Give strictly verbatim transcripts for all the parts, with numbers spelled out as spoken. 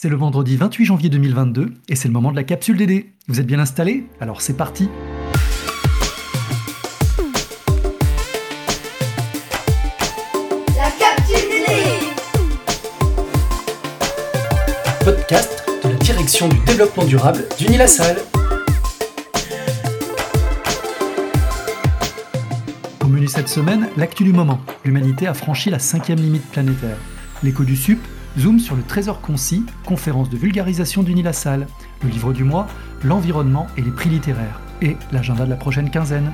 C'est le vendredi vingt-huit janvier deux mille vingt-deux et c'est le moment de la capsule D D. Vous êtes bien installés? Alors c'est parti. La capsule D D. Podcast de la direction du développement durable d'Unilassal. Au menu cette semaine, l'actu du moment. L'humanité a franchi la cinquième limite planétaire. L'écho du S U P zoom sur le trésor concis, conférence de vulgarisation d'Unilassal. Le livre du mois, l'environnement et les prix littéraires. Et l'agenda de la prochaine quinzaine.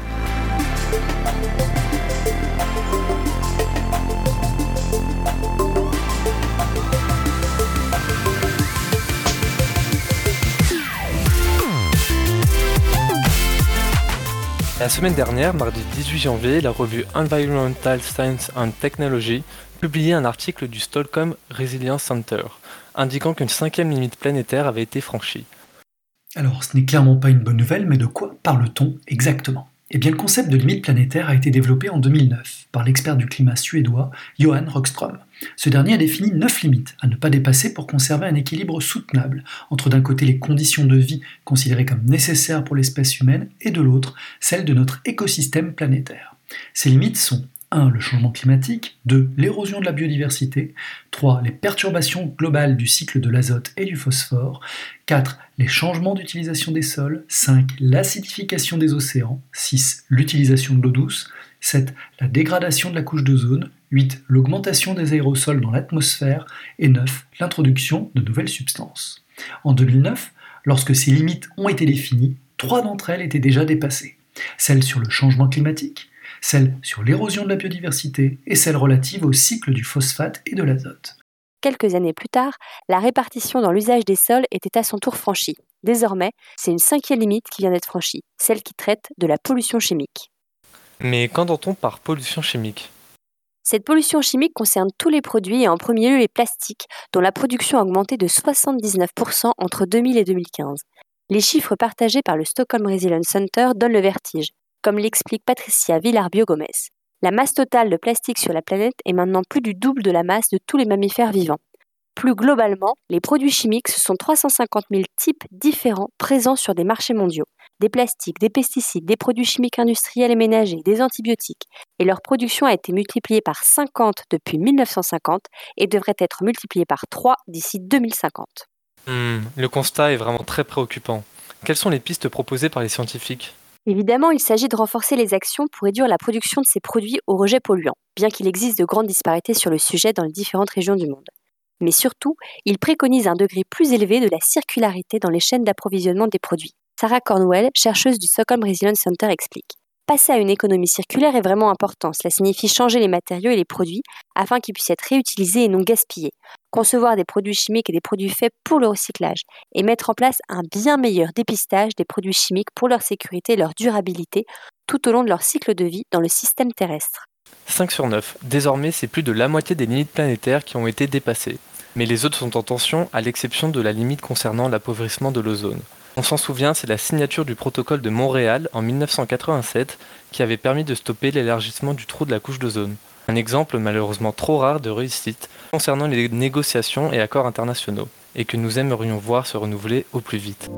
La semaine dernière, mardi dix-huit janvier, la revue Environmental Science and Technology publiait un article du Stockholm Resilience Center, indiquant qu'une cinquième limite planétaire avait été franchie. Alors, ce n'est clairement pas une bonne nouvelle, mais de quoi parle-t-on exactement ? Eh bien, le concept de limite planétaire a été développé en deux mille neuf par l'expert du climat suédois Johan Rockström. Ce dernier a défini neuf limites à ne pas dépasser pour conserver un équilibre soutenable entre d'un côté les conditions de vie considérées comme nécessaires pour l'espèce humaine et de l'autre celles de notre écosystème planétaire. Ces limites sont un. Le changement climatique, deux. L'érosion de la biodiversité, trois. Les perturbations globales du cycle de l'azote et du phosphore, quatre. Les changements d'utilisation des sols, cinq. L'acidification des océans, six. L'utilisation de l'eau douce, sept. La dégradation de la couche d'ozone, huit. L'augmentation des aérosols dans l'atmosphère et neuf. L'introduction de nouvelles substances. En deux mille neuf, lorsque ces limites ont été définies, trois d'entre elles étaient déjà dépassées. Celle sur le changement climatique, celle sur l'érosion de la biodiversité et celle relative au cycle du phosphate et de l'azote. Quelques années plus tard, la répartition dans l'usage des sols était à son tour franchie. Désormais, c'est une cinquième limite qui vient d'être franchie, celle qui traite de la pollution chimique. Mais qu'entend-on par pollution chimique ? Cette pollution chimique concerne tous les produits et en premier lieu les plastiques, dont la production a augmenté de soixante-dix-neuf pour cent entre deux mille et deux mille quinze. Les chiffres partagés par le Stockholm Resilience Center donnent le vertige, comme l'explique Patricia Villar-Bio-Gomez. La masse totale de plastique sur la planète est maintenant plus du double de la masse de tous les mammifères vivants. Plus globalement, les produits chimiques, ce sont trois cent cinquante mille types différents présents sur des marchés mondiaux. Des plastiques, des pesticides, des produits chimiques industriels et ménagers, des antibiotiques. Et leur production a été multipliée par cinquante depuis mille neuf cent cinquante et devrait être multipliée par trois d'ici deux mille cinquante. Hmm, le constat est vraiment très préoccupant. Quelles sont les pistes proposées par les scientifiques ? Évidemment, il s'agit de renforcer les actions pour réduire la production de ces produits aux rejets polluants, bien qu'il existe de grandes disparités sur le sujet dans les différentes régions du monde. Mais surtout, il préconise un degré plus élevé de la circularité dans les chaînes d'approvisionnement des produits. Sarah Cornwell, chercheuse du Stockholm Resilience Center, explique. Passer à une économie circulaire est vraiment important. Cela signifie changer les matériaux et les produits afin qu'ils puissent être réutilisés et non gaspillés. Concevoir des produits chimiques et des produits faits pour le recyclage et mettre en place un bien meilleur dépistage des produits chimiques pour leur sécurité et leur durabilité tout au long de leur cycle de vie dans le système terrestre. cinq sur neuf. Désormais, c'est plus de la moitié des limites planétaires qui ont été dépassées. Mais les autres sont en tension, à l'exception de la limite concernant l'appauvrissement de l'ozone. On s'en souvient, c'est la signature du protocole de Montréal en mille neuf cent quatre-vingt-sept qui avait permis de stopper l'élargissement du trou de la couche d'ozone. Un exemple malheureusement trop rare de réussite concernant les négociations et accords internationaux, et que nous aimerions voir se renouveler au plus vite.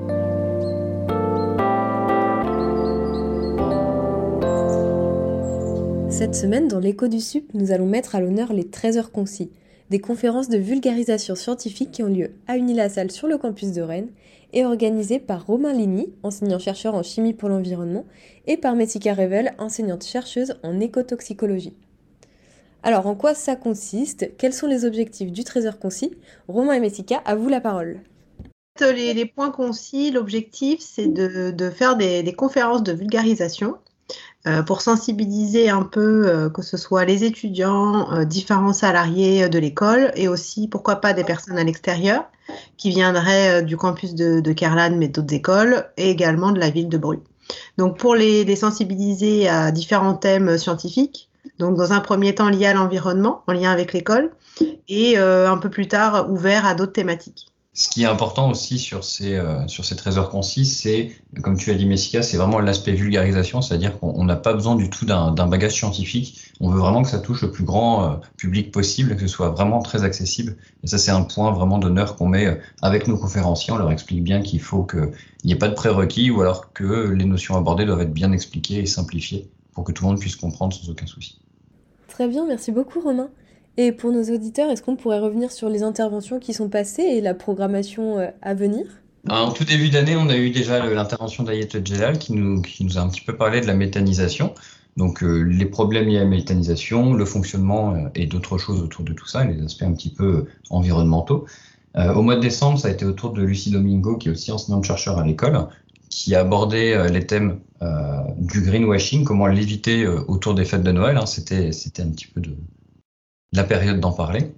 Cette semaine, dans l'écho du S U P, nous allons mettre à l'honneur les trésors concis, des conférences de vulgarisation scientifique qui ont lieu à Unilassal sur le campus de Rennes et organisées par Romain Ligny, enseignant-chercheur en chimie pour l'environnement, et par Messika Revel, enseignante-chercheuse en écotoxicologie. Alors, en quoi ça consiste ? Quels sont les objectifs du trésor concis ? Romain et Messika, à vous la parole. Les, les points concis, l'objectif, c'est de, de faire des, des conférences de vulgarisation euh, pour sensibiliser un peu, euh, que ce soit les étudiants, euh, différents salariés de l'école et aussi, pourquoi pas, des personnes à l'extérieur qui viendraient euh, du campus de, de Kerlan, mais d'autres écoles, et également de la ville de Bru. Donc, pour les, les sensibiliser à différents thèmes scientifiques, donc dans un premier temps lié à l'environnement, en lien avec l'école, et euh, un peu plus tard ouvert à d'autres thématiques. Ce qui est important aussi sur ces, euh, sur ces trésors concis, c'est, comme tu as dit Messica, c'est vraiment l'aspect vulgarisation, c'est-à-dire qu'on n'a pas besoin du tout d'un, d'un bagage scientifique. On veut vraiment que ça touche le plus grand euh, public possible, que ce soit vraiment très accessible. Et ça, c'est un point vraiment d'honneur qu'on met euh, avec nos conférenciers. On leur explique bien qu'il faut qu'il n'y ait pas de prérequis ou alors que les notions abordées doivent être bien expliquées et simplifiées pour que tout le monde puisse comprendre sans aucun souci. Très bien, merci beaucoup Romain. Et pour nos auditeurs, est-ce qu'on pourrait revenir sur les interventions qui sont passées et la programmation euh, à venir ? En tout début d'année, on a eu déjà l'intervention d'Ayet Djelal qui nous, qui nous a un petit peu parlé de la méthanisation. Donc euh, les problèmes liés à la méthanisation, le fonctionnement euh, et d'autres choses autour de tout ça, les aspects un petit peu euh, environnementaux. Euh, au mois de décembre, ça a été au tour de Lucie Domingo, qui est aussi enseignante-chercheur à l'école, qui a abordé euh, les thèmes euh, du greenwashing, comment l'éviter euh, autour des fêtes de Noël. Hein. C'était, c'était un petit peu de la période d'en parler.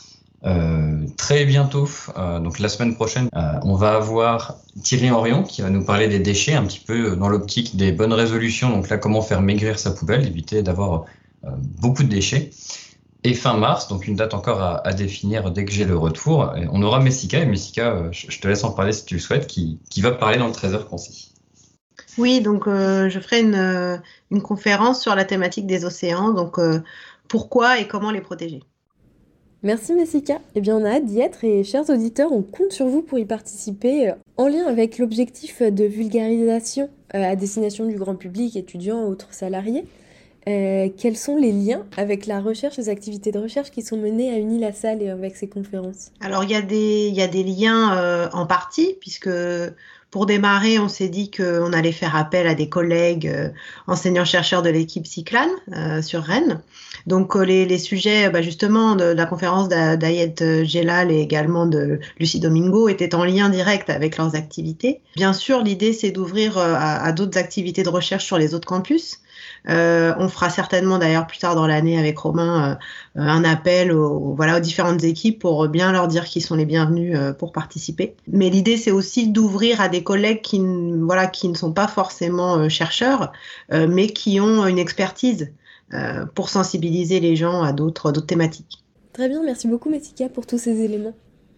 Euh, très bientôt, euh, donc la semaine prochaine, euh, on va avoir Thierry Henrion qui va nous parler des déchets, un petit peu dans l'optique des bonnes résolutions. Donc là, comment faire maigrir sa poubelle, éviter d'avoir euh, beaucoup de déchets. Et fin mars, donc une date encore à, à définir dès que j'ai le retour, on aura Messica. Et Messica, euh, je te laisse en parler si tu le souhaites, qui, qui va parler dans le trésor concis. Oui, donc euh, je ferai une, une conférence sur la thématique des océans. Donc euh, pourquoi et comment les protéger. Merci Messica. Eh bien, on a hâte d'y être et chers auditeurs, on compte sur vous pour y participer euh, en lien avec l'objectif de vulgarisation euh, à destination du grand public, étudiants, autres salariés. Euh, quels sont les liens avec la recherche, les activités de recherche qui sont menées à Unilassal et avec ces conférences ? Alors, il y a des, il y a des liens euh, en partie, puisque pour démarrer, on s'est dit qu'on allait faire appel à des collègues euh, enseignants-chercheurs de l'équipe Cyclane euh, sur Rennes. Donc, euh, les, les sujets, bah, justement, de, de la conférence d'Ayet Djelal et également de Lucie Domingo étaient en lien direct avec leurs activités. Bien sûr, l'idée, c'est d'ouvrir euh, à, à d'autres activités de recherche sur les autres campus. Euh, on fera certainement d'ailleurs plus tard dans l'année avec Romain euh, un appel aux, voilà, aux différentes équipes pour bien leur dire qu'ils sont les bienvenus euh, pour participer. Mais l'idée, c'est aussi d'ouvrir à des collègues qui, voilà, qui ne sont pas forcément euh, chercheurs, euh, mais qui ont une expertise euh, pour sensibiliser les gens à d'autres, d'autres thématiques. Très bien, merci beaucoup Messica pour tous ces éléments.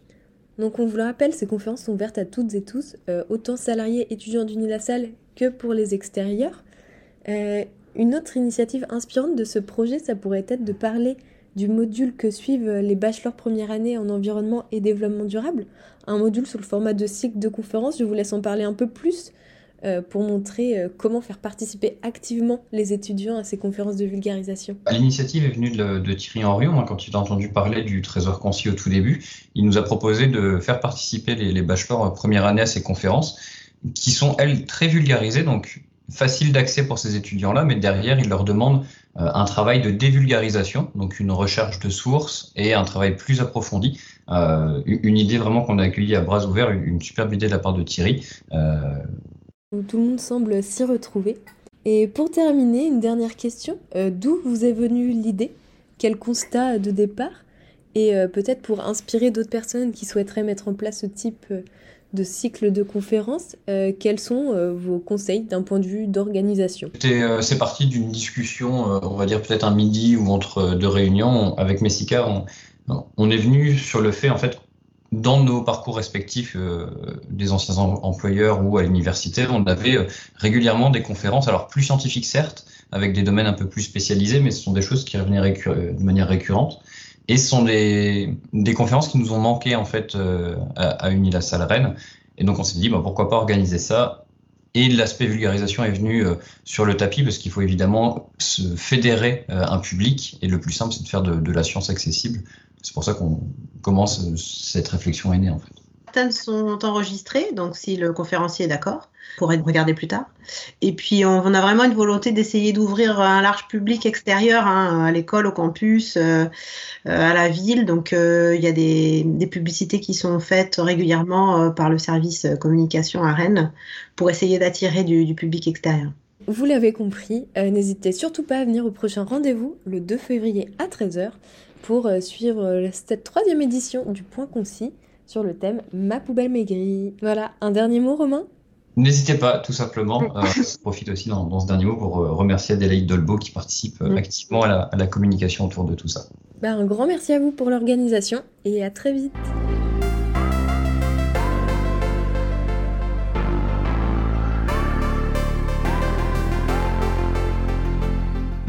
Donc on vous le rappelle, ces conférences sont ouvertes à toutes et tous, euh, autant salariés, étudiants d'Unilassal que pour les extérieurs. Euh, Une autre initiative inspirante de ce projet, ça pourrait être de parler du module que suivent les bachelors première année en environnement et développement durable, un module sous le format de cycle de conférences. Je vous laisse en parler un peu plus euh, pour montrer euh, comment faire participer activement les étudiants à ces conférences de vulgarisation. L'initiative est venue de, de Thierry Henrion, hein, quand il a entendu parler du trésor concis au tout début. Il nous a proposé de faire participer les, les bachelors première année à ces conférences, qui sont, elles, très vulgarisées, donc facile d'accès pour ces étudiants-là, mais derrière, ils leur demandent euh, un travail de dévulgarisation, donc une recherche de sources et un travail plus approfondi. Euh, une idée vraiment qu'on a accueillie à bras ouverts, une, une superbe idée de la part de Thierry. Euh... Tout le monde semble s'y retrouver. Et pour terminer, une dernière question. Euh, d'où vous est venue l'idée ? Quel constat de départ ? Et euh, peut-être pour inspirer d'autres personnes qui souhaiteraient mettre en place ce type euh, de cycle de conférences, euh, quels sont euh, vos conseils d'un point de vue d'organisation ? C'est, euh, c'est parti d'une discussion, euh, on va dire peut-être un midi ou entre deux réunions. Avec Messica, on, on est venu sur le fait, en fait, dans nos parcours respectifs euh, des anciens em- employeurs ou à l'université, on avait euh, régulièrement des conférences, alors plus scientifiques certes, avec des domaines un peu plus spécialisés, mais ce sont des choses qui revenaient récur- de manière récurrente. Et ce sont des, des conférences qui nous ont manqué en fait euh, à, à Unilassal Rennes. Et donc on s'est dit bah, pourquoi pas organiser ça. Et l'aspect vulgarisation est venu euh, sur le tapis parce qu'il faut évidemment se fédérer euh, un public. Et le plus simple, c'est de faire de, de la science accessible. C'est pour ça qu'on commence, cette réflexion est née en fait. Certaines sont enregistrées, donc si le conférencier est d'accord, on pourrait regarder plus tard. Et puis on, on a vraiment une volonté d'essayer d'ouvrir un large public extérieur, hein, à l'école, au campus, euh, à la ville. Donc euh, il y a des, des publicités qui sont faites régulièrement euh, par le service communication à Rennes pour essayer d'attirer du, du public extérieur. Vous l'avez compris, euh, n'hésitez surtout pas à venir au prochain rendez-vous le deux février à treize heures pour euh, suivre euh, cette troisième édition du Point Concis sur le thème « Ma poubelle maigrie ». Voilà, un dernier mot, Romain ? N'hésitez pas, tout simplement. Euh, je profite aussi dans, dans ce dernier mot pour euh, remercier Adélaïde Dolbeau qui participe euh, activement à la, à la communication autour de tout ça. Bah, un grand merci à vous pour l'organisation et à très vite.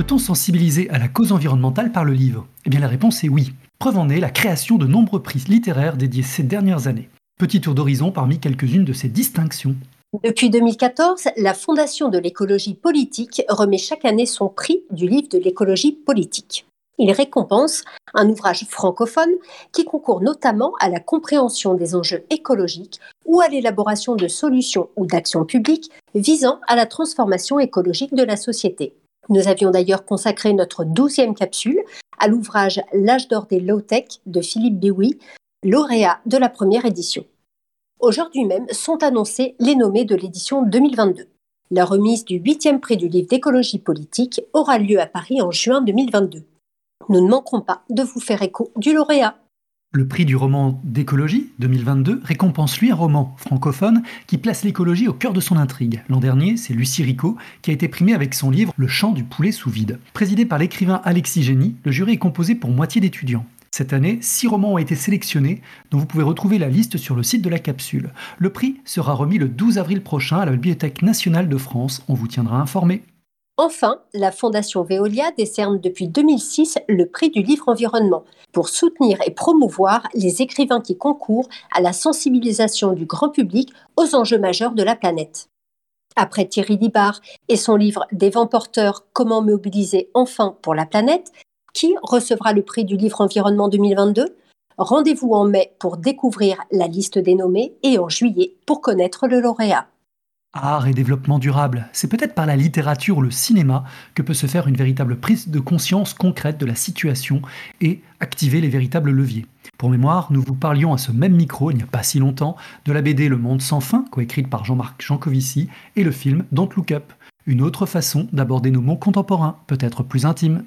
Peut-on sensibiliser à la cause environnementale par le livre ? Eh bien la réponse est oui. Preuve en est la création de nombreux prix littéraires dédiés ces dernières années. Petit tour d'horizon parmi quelques-unes de ces distinctions. Depuis deux mille quatorze, la Fondation de l'écologie politique remet chaque année son prix du livre de l'écologie politique. Il récompense un ouvrage francophone qui concourt notamment à la compréhension des enjeux écologiques ou à l'élaboration de solutions ou d'actions publiques visant à la transformation écologique de la société. Nous avions d'ailleurs consacré notre douzième capsule à l'ouvrage L'âge d'or des low-tech de Philippe Biouy, lauréat de la première édition. Aujourd'hui même sont annoncés les nommés de l'édition deux mille vingt-deux. La remise du huitième prix du livre d'écologie politique aura lieu à Paris en juin deux mille vingt-deux. Nous ne manquerons pas de vous faire écho du lauréat. Le prix du roman d'écologie deux mille vingt-deux récompense lui un roman francophone qui place l'écologie au cœur de son intrigue. L'an dernier, c'est Lucie Ricot qui a été primée avec son livre Le chant du poulet sous vide. Présidé par l'écrivain Alexis Génie, le jury est composé pour moitié d'étudiants. Cette année, six romans ont été sélectionnés, dont vous pouvez retrouver la liste sur le site de la capsule. Le prix sera remis le douze avril prochain à la Bibliothèque nationale de France. On vous tiendra informé. Enfin, la Fondation Veolia décerne depuis deux mille six le prix du livre environnement pour soutenir et promouvoir les écrivains qui concourent à la sensibilisation du grand public aux enjeux majeurs de la planète. Après Thierry Libard et son livre Des vents porteurs, comment mobiliser enfin pour la planète, qui recevra le prix du livre environnement deux mille vingt-deux ? Rendez-vous en mai pour découvrir la liste des nommés et en juillet pour connaître le lauréat. Art et développement durable, c'est peut-être par la littérature ou le cinéma que peut se faire une véritable prise de conscience concrète de la situation et activer les véritables leviers. Pour mémoire, nous vous parlions à ce même micro, il n'y a pas si longtemps, de la B D Le Monde sans fin, coécrite par Jean-Marc Jancovici, et le film Don't Look Up, une autre façon d'aborder nos mots contemporains, peut-être plus intimes.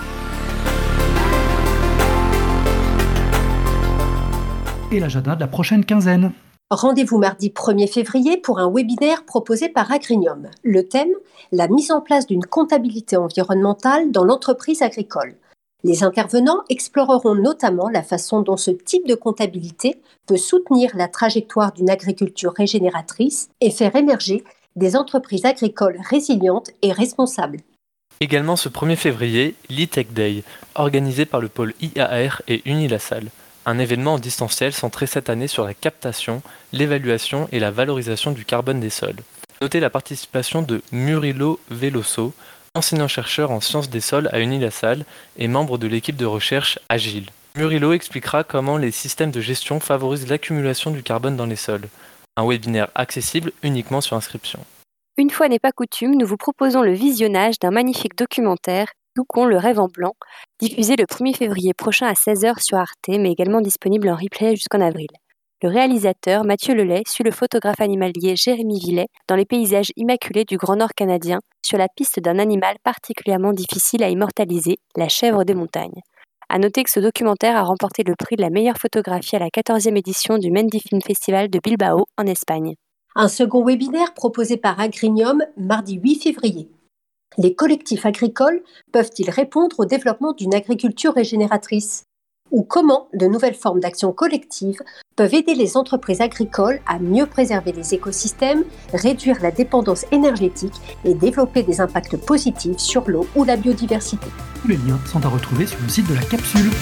Et l'agenda de la prochaine quinzaine. Rendez-vous mardi premier février pour un webinaire proposé par Agrignum. Le thème, la mise en place d'une comptabilité environnementale dans l'entreprise agricole. Les intervenants exploreront notamment la façon dont ce type de comptabilité peut soutenir la trajectoire d'une agriculture régénératrice et faire émerger des entreprises agricoles résilientes et responsables. Également ce premier février, l'e-Tech Day, organisé par le pôle I A R et Unilassal. Un événement en distanciel centré cette année sur la captation, l'évaluation et la valorisation du carbone des sols. Notez la participation de Murilo Veloso, enseignant-chercheur en sciences des sols à Unilassal et membre de l'équipe de recherche Agile. Murilo expliquera comment les systèmes de gestion favorisent l'accumulation du carbone dans les sols. Un webinaire accessible uniquement sur inscription. Une fois n'est pas coutume, nous vous proposons le visionnage d'un magnifique documentaire, Toucon, le rêve en blanc, diffusé le premier février prochain à seize heures sur Arte, mais également disponible en replay jusqu'en avril. Le réalisateur, Mathieu Lelay, suit le photographe animalier Jérémy Villet dans les paysages immaculés du Grand Nord canadien, sur la piste d'un animal particulièrement difficile à immortaliser, la chèvre des montagnes. À noter que ce documentaire a remporté le prix de la meilleure photographie à la quatorzième édition du Mendy Film Festival de Bilbao, en Espagne. Un second webinaire proposé par Agrignum, mardi huit février. Les collectifs agricoles peuvent-ils répondre au développement d'une agriculture régénératrice ? Ou comment de nouvelles formes d'action collective peuvent aider les entreprises agricoles à mieux préserver les écosystèmes, réduire la dépendance énergétique et développer des impacts positifs sur l'eau ou la biodiversité. Tous les liens sont à retrouver sur le site de la capsule.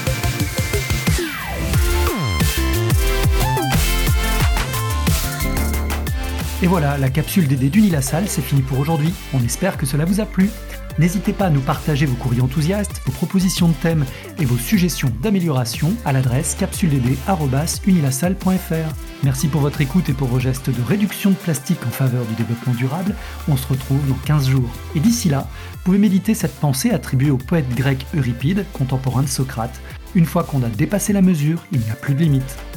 Et voilà, la capsule D D d'Unilassal, c'est fini pour aujourd'hui. On espère que cela vous a plu. N'hésitez pas à nous partager vos courriers enthousiastes, vos propositions de thèmes et vos suggestions d'amélioration à l'adresse capsule d d arobase unilassal point f r. Merci pour votre écoute et pour vos gestes de réduction de plastique en faveur du développement durable. On se retrouve dans quinze jours. Et d'ici là, vous pouvez méditer cette pensée attribuée au poète grec Euripide, contemporain de Socrate. Une fois qu'on a dépassé la mesure, il n'y a plus de limite.